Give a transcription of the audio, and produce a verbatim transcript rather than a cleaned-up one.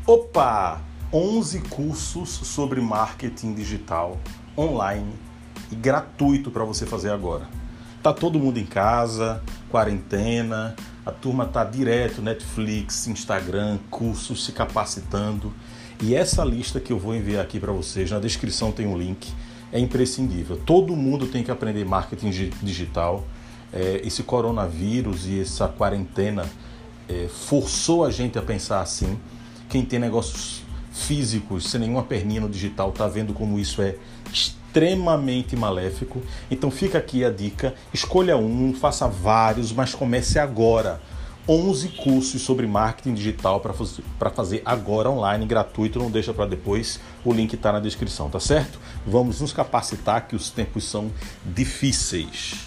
Opa! onze cursos sobre marketing digital online e gratuito para você fazer agora. Tá todo mundo em casa, quarentena, a turma tá direto Netflix, Instagram, cursos, se capacitando. E essa lista que eu vou enviar aqui para vocês, na descrição tem um link, é imprescindível. Todo mundo tem que aprender marketing digital. É, esse coronavírus e essa quarentena é, forçou a gente a pensar assim. Quem tem negócios físicos, sem nenhuma perninha no digital, está vendo como isso é extremamente maléfico. Então fica aqui a dica, escolha um, faça vários, mas comece agora. onze cursos sobre marketing digital para fazer, para fazer agora online, gratuito, não deixa para depois, o link está na descrição, tá certo? Vamos nos capacitar que os tempos são difíceis.